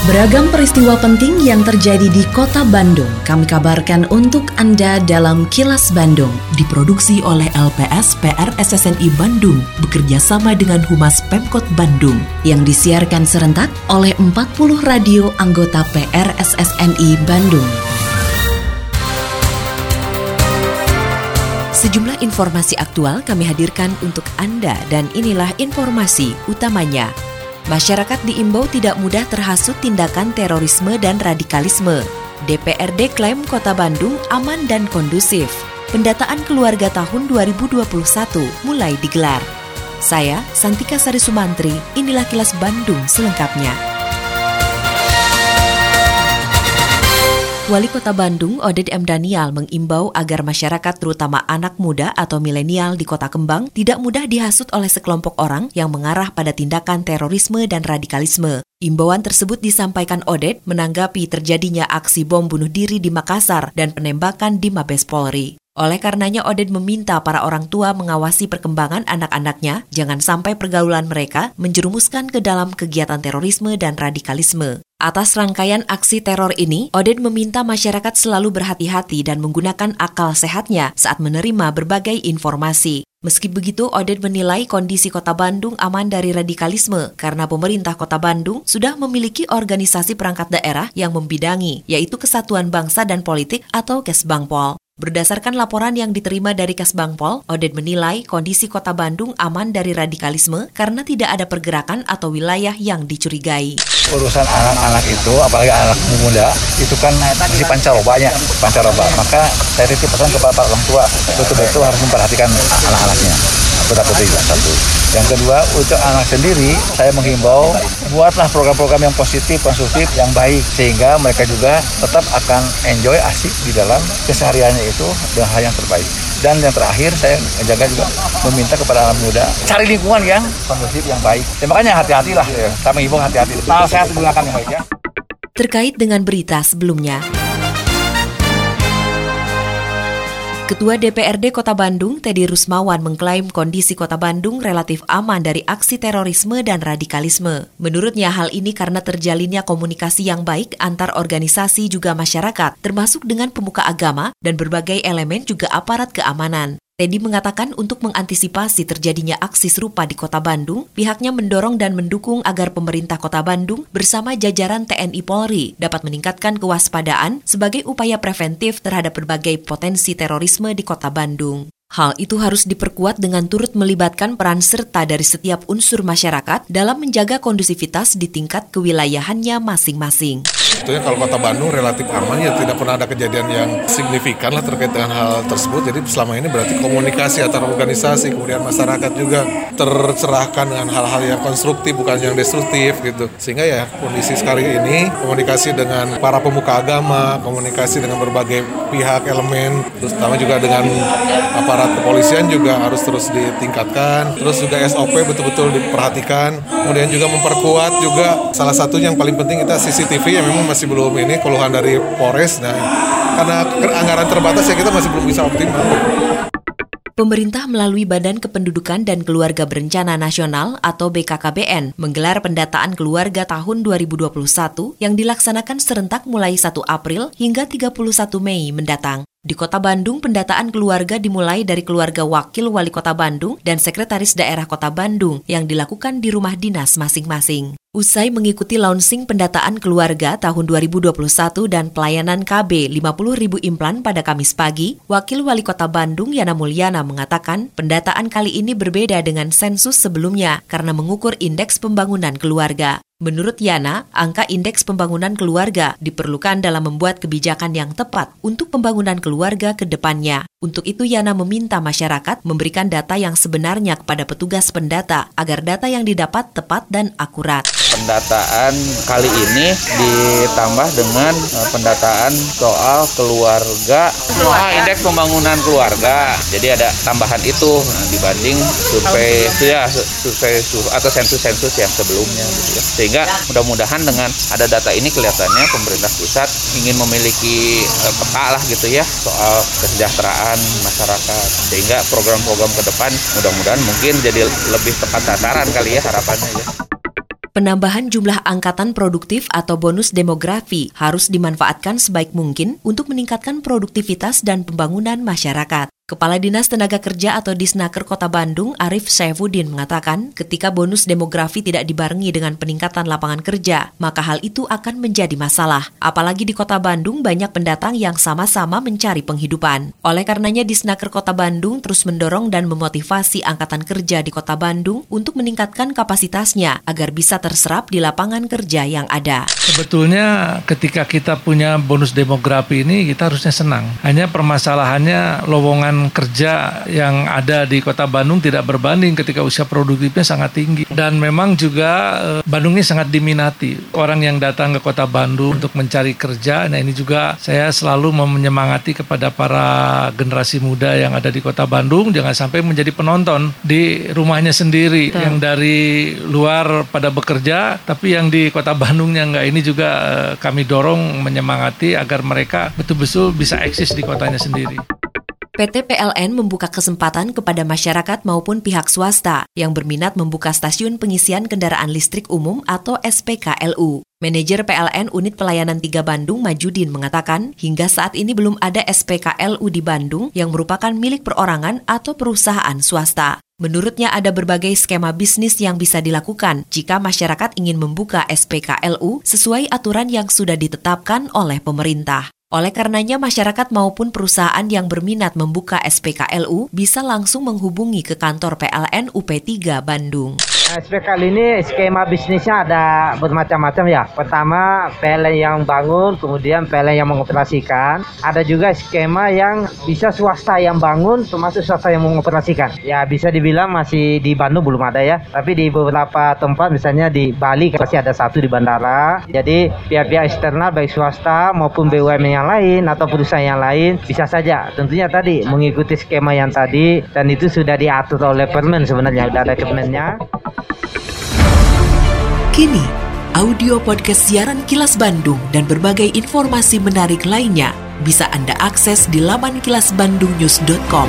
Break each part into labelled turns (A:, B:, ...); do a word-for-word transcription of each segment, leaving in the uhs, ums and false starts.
A: Beragam peristiwa penting yang terjadi di Kota Bandung kami kabarkan untuk Anda dalam Kilas Bandung. Diproduksi oleh L P S P R S S N I Bandung bekerja sama dengan Humas Pemkot Bandung yang disiarkan serentak oleh empat puluh radio anggota P R S S N I Bandung. Sejumlah informasi aktual kami hadirkan untuk Anda dan inilah informasi utamanya. Masyarakat diimbau tidak mudah terhasut tindakan terorisme dan radikalisme. D P R D klaim Kota Bandung aman dan kondusif. Pendataan keluarga tahun dua ribu dua puluh satu mulai digelar. Saya, Santika Sari Sumantri, inilah Kilas Bandung selengkapnya. Wali Kota Bandung, Oded M. Daniel, mengimbau agar masyarakat terutama anak muda atau milenial di Kota Kembang tidak mudah dihasut oleh sekelompok orang yang mengarah pada tindakan terorisme dan radikalisme. Imbauan tersebut disampaikan Oded menanggapi terjadinya aksi bom bunuh diri di Makassar dan penembakan di Mabes Polri. Oleh karenanya, Oded meminta para orang tua mengawasi perkembangan anak-anaknya, jangan sampai pergaulan mereka menjerumuskan ke dalam kegiatan terorisme dan radikalisme. Atas rangkaian aksi teror ini, Oded meminta masyarakat selalu berhati-hati dan menggunakan akal sehatnya saat menerima berbagai informasi. Meski begitu, Oded menilai kondisi Kota Bandung aman dari radikalisme karena pemerintah Kota Bandung sudah memiliki organisasi perangkat daerah yang membidangi, yaitu Kesatuan Bangsa dan Politik atau Kesbangpol. Berdasarkan laporan yang diterima dari Kesbangpol, Oded menilai kondisi Kota Bandung aman dari radikalisme karena tidak ada pergerakan atau wilayah yang dicurigai.
B: Urusan anak-anak itu, apalagi anak muda, itu kan masih pancarobanya, pancaroba. Maka saya titip pesan kepada para orang tua, betul-betul harus memperhatikan anak-anaknya. Betul-betul itu satu. Yang kedua, untuk anak sendiri, saya menghimbau buatlah program-program yang positif, konstruktif, yang baik, sehingga mereka juga tetap akan enjoy, asik di dalam kesehariannya itu dengan hal yang terbaik. Dan yang terakhir, saya menjaga juga meminta kepada anak muda cari lingkungan yang kondusif, yang baik. Ya, makanya hati-hatilah, ya. Kami himbau hati-hati. Nah, saya gunakan yang baik ya.
A: Terkait dengan berita sebelumnya, Ketua D P R D Kota Bandung, Teddy Rusmawan, mengklaim kondisi Kota Bandung relatif aman dari aksi terorisme dan radikalisme. Menurutnya hal ini karena terjalinnya komunikasi yang baik antar organisasi juga masyarakat, termasuk dengan pemuka agama dan berbagai elemen juga aparat keamanan. Teddy mengatakan untuk mengantisipasi terjadinya aksi serupa di Kota Bandung, pihaknya mendorong dan mendukung agar pemerintah Kota Bandung bersama jajaran T N I Polri dapat meningkatkan kewaspadaan sebagai upaya preventif terhadap berbagai potensi terorisme di Kota Bandung. Hal itu harus diperkuat dengan turut melibatkan peran serta dari setiap unsur masyarakat dalam menjaga kondusivitas di tingkat kewilayahannya masing-masing.
C: Sebetulnya kalau Kota Bandung relatif aman, ya tidak pernah ada kejadian yang signifikan lah terkait dengan hal tersebut. Jadi selama ini berarti komunikasi antara organisasi, kemudian masyarakat juga tercerahkan dengan hal-hal yang konstruktif, bukan yang destruktif gitu. Sehingga ya kondisi sekarang ini, komunikasi dengan para pemuka agama, komunikasi dengan berbagai pihak, elemen, terutama juga dengan aparat kepolisian juga harus terus ditingkatkan. Terus juga S O P betul-betul diperhatikan. Kemudian juga memperkuat juga salah satu yang paling penting kita C C T V yang memang masih belum ini keluhan dari Polres. Nah, karena anggaran terbatas ya kita masih belum bisa optimal.
A: Pemerintah melalui Badan Kependudukan dan Keluarga Berencana Nasional atau B K K B N menggelar pendataan keluarga tahun dua ribu dua puluh satu yang dilaksanakan serentak mulai satu April hingga tiga puluh satu Mei mendatang. Di Kota Bandung, pendataan keluarga dimulai dari keluarga wakil Wali Kota Bandung dan Sekretaris Daerah Kota Bandung yang dilakukan di rumah dinas masing-masing. Usai mengikuti launching pendataan keluarga tahun dua ribu dua puluh satu dan pelayanan K B lima puluh ribu implan pada Kamis pagi, Wakil Wali Kota Bandung Yana Mulyana mengatakan pendataan kali ini berbeda dengan sensus sebelumnya karena mengukur indeks pembangunan keluarga. Menurut Yana, angka indeks pembangunan keluarga diperlukan dalam membuat kebijakan yang tepat untuk pembangunan keluarga ke depannya. Untuk itu Yana meminta masyarakat memberikan data yang sebenarnya kepada petugas pendata agar data yang didapat tepat dan akurat.
D: Pendataan kali ini ditambah dengan pendataan soal keluarga, soal indeks pembangunan keluarga. Jadi ada tambahan itu dibanding survei ya survei atau sensus-sensus yang sebelumnya gitu ya. Sehingga mudah-mudahan dengan ada data ini kelihatannya pemerintah pusat ingin memiliki peta lah gitu ya soal kesejahteraan masyarakat. Sehingga program-program ke depan mudah-mudahan mungkin jadi lebih tepat sasaran kali ya harapannya ya.
A: Penambahan jumlah angkatan produktif atau bonus demografi harus dimanfaatkan sebaik mungkin untuk meningkatkan produktivitas dan pembangunan masyarakat. Kepala Dinas Tenaga Kerja atau Disnaker Kota Bandung, Arif Saifuddin, mengatakan ketika bonus demografi tidak dibarengi dengan peningkatan lapangan kerja, maka hal itu akan menjadi masalah. Apalagi di Kota Bandung banyak pendatang yang sama-sama mencari penghidupan. Oleh karenanya Disnaker Kota Bandung terus mendorong dan memotivasi angkatan kerja di Kota Bandung untuk meningkatkan kapasitasnya agar bisa terserap di lapangan kerja yang ada.
E: Sebetulnya ketika kita punya bonus demografi ini kita harusnya senang. Hanya permasalahannya lowongan kerja yang ada di Kota Bandung tidak berbanding ketika usia produktifnya sangat tinggi. Dan memang juga eh, Bandung ini sangat diminati. Orang yang datang ke Kota Bandung untuk mencari kerja. Nah ini juga saya selalu menyemangati kepada para generasi muda yang ada di Kota Bandung. Jangan sampai menjadi penonton di rumahnya sendiri. Betul. Yang dari luar pada bekerja, tapi yang di Kota Bandungnya enggak. Ini juga eh, kami dorong menyemangati agar mereka betul-betul bisa eksis di kotanya sendiri.
A: P T P L N membuka kesempatan kepada masyarakat maupun pihak swasta yang berminat membuka stasiun pengisian kendaraan listrik umum atau S P K L U. Manajer P L N Unit Pelayanan tiga Bandung, Majudin, mengatakan hingga saat ini belum ada S P K L U di Bandung yang merupakan milik perorangan atau perusahaan swasta. Menurutnya ada berbagai skema bisnis yang bisa dilakukan jika masyarakat ingin membuka S P K L U sesuai aturan yang sudah ditetapkan oleh pemerintah. Oleh karenanya masyarakat maupun perusahaan yang berminat membuka S P K L U bisa langsung menghubungi ke kantor P L N U P tiga Bandung.
F: S P K L U ini skema bisnisnya ada bermacam-macam ya. Pertama P L N yang bangun, kemudian P L N yang mengoperasikan. Ada juga skema yang bisa swasta yang bangun, termasuk swasta yang mengoperasikan. Ya bisa dibilang masih di Bandung belum ada ya. Tapi di beberapa tempat misalnya di Bali masih ada satu di bandara. Jadi pihak-pihak eksternal baik swasta maupun B U M N yang lain atau perusahaan yang lain bisa saja tentunya tadi mengikuti skema yang tadi dan itu sudah diatur oleh Permen sebenarnya, sudah ada Permennya.
A: Kini, audio podcast siaran Kilas Bandung dan berbagai informasi menarik lainnya bisa Anda akses di laman kilas bandung news dot com.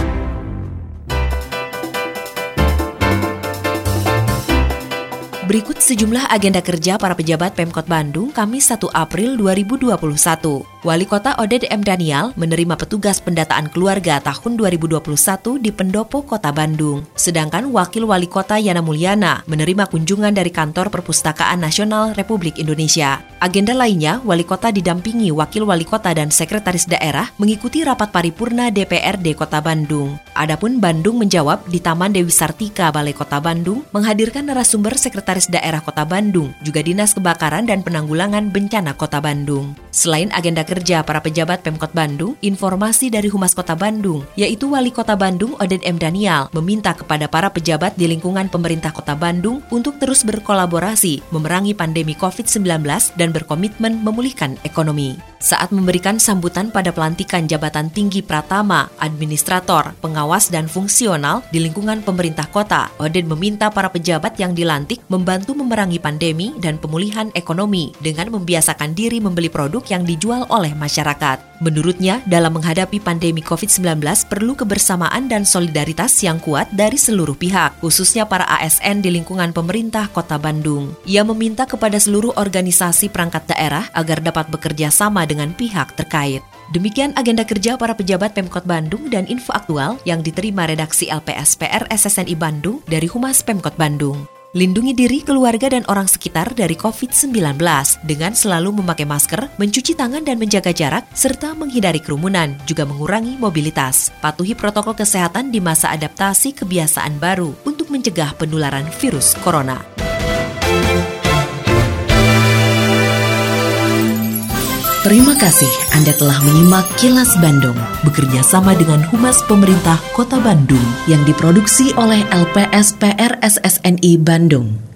A: Berikut sejumlah agenda kerja para pejabat Pemkot Bandung Kamis satu April dua ribu dua puluh satu. Wali Kota Oded M. Daniel menerima petugas pendataan keluarga tahun dua ribu dua puluh satu di Pendopo Kota Bandung. Sedangkan Wakil Wali Kota Yana Mulyana menerima kunjungan dari Kantor Perpustakaan Nasional Republik Indonesia. Agenda lainnya, Wali Kota didampingi Wakil Wali Kota dan Sekretaris Daerah mengikuti rapat paripurna D P R D Kota Bandung. Adapun Bandung menjawab di Taman Dewi Sartika Balai Kota Bandung menghadirkan narasumber Sekretaris Daerah Kota Bandung, juga Dinas Kebakaran dan Penanggulangan Bencana Kota Bandung. Selain agenda kerja para pejabat Pemkot Bandung, informasi dari Humas Kota Bandung, yaitu Wali Kota Bandung Oded M. Daniel, meminta kepada para pejabat di lingkungan pemerintah Kota Bandung untuk terus berkolaborasi memerangi pandemi covid sembilan belas dan berkomitmen memulihkan ekonomi. Saat memberikan sambutan pada pelantikan jabatan tinggi Pratama, administrator, pengawas dan fungsional di lingkungan pemerintah kota, Oded meminta para pejabat yang dilantik membantu memerangi pandemi dan pemulihan ekonomi dengan membiasakan diri membeli produk yang dijual oleh masyarakat. Menurutnya, dalam menghadapi pandemi covid sembilan belas perlu kebersamaan dan solidaritas yang kuat dari seluruh pihak, khususnya para A S N di lingkungan pemerintah Kota Bandung. Ia meminta kepada seluruh organisasi perangkat daerah agar dapat bekerja sama dengan pihak terkait. Demikian agenda kerja para pejabat Pemkot Bandung dan info aktual yang diterima redaksi L P S P R S S N I Bandung dari Humas Pemkot Bandung. Lindungi diri, keluarga, dan orang sekitar dari covid sembilan belas dengan selalu memakai masker, mencuci tangan dan menjaga jarak, serta menghindari kerumunan, juga mengurangi mobilitas. Patuhi protokol kesehatan di masa adaptasi kebiasaan baru untuk mencegah penularan virus corona. Terima kasih Anda telah menyimak Kilas Bandung, bekerja sama dengan Humas Pemerintah Kota Bandung yang diproduksi oleh L P S P R S S N I Bandung.